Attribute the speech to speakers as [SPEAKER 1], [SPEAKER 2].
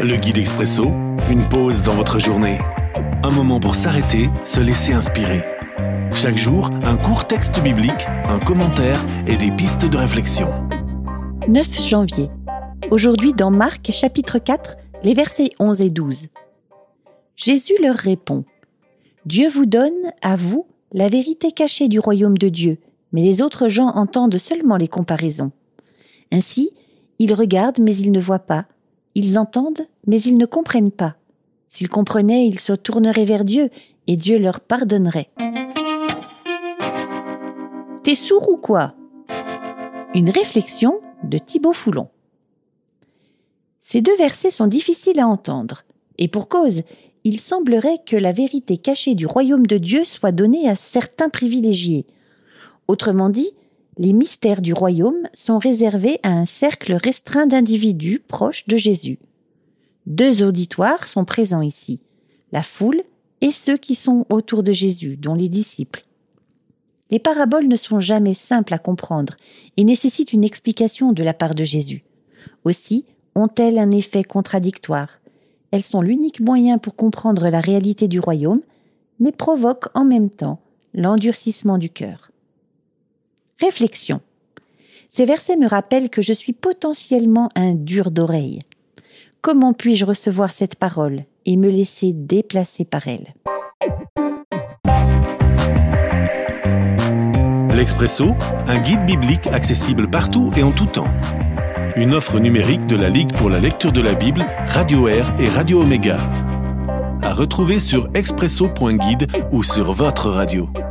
[SPEAKER 1] Le guide expresso, une pause dans votre journée. Un moment pour s'arrêter, se laisser inspirer. Chaque jour, un court texte biblique, un commentaire et des pistes de réflexion.
[SPEAKER 2] 9 janvier. Aujourd'hui dans Marc chapitre 4, les versets 11 et 12. Jésus leur répond : Dieu vous donne, à vous, la vérité cachée du royaume de Dieu, mais les autres gens entendent seulement les comparaisons. Ainsi, ils regardent mais ils ne voient pas. Ils entendent, mais ils ne comprennent pas. S'ils comprenaient, ils se tourneraient vers Dieu et Dieu leur pardonnerait. T'es sourd ou quoi ? Une réflexion de Thibaut Foulon. Ces 2 versets sont difficiles à entendre. Et pour cause, il semblerait que la vérité cachée du royaume de Dieu soit donnée à certains privilégiés. Autrement dit, les mystères du royaume sont réservés à un cercle restreint d'individus proches de Jésus. 2 auditoires sont présents ici, la foule et ceux qui sont autour de Jésus, dont les disciples. Les paraboles ne sont jamais simples à comprendre et nécessitent une explication de la part de Jésus. Aussi ont-elles un effet contradictoire. Elles sont l'unique moyen pour comprendre la réalité du royaume, mais provoquent en même temps l'endurcissement du cœur. Réflexion. Ces versets me rappellent que je suis potentiellement un dur d'oreille. Comment puis-je recevoir cette parole et me laisser déplacer par elle ?
[SPEAKER 1] L'Expresso, un guide biblique accessible partout et en tout temps. Une offre numérique de la Ligue pour la lecture de la Bible, Radio Air et Radio Omega. À retrouver sur expresso.guide ou sur votre radio.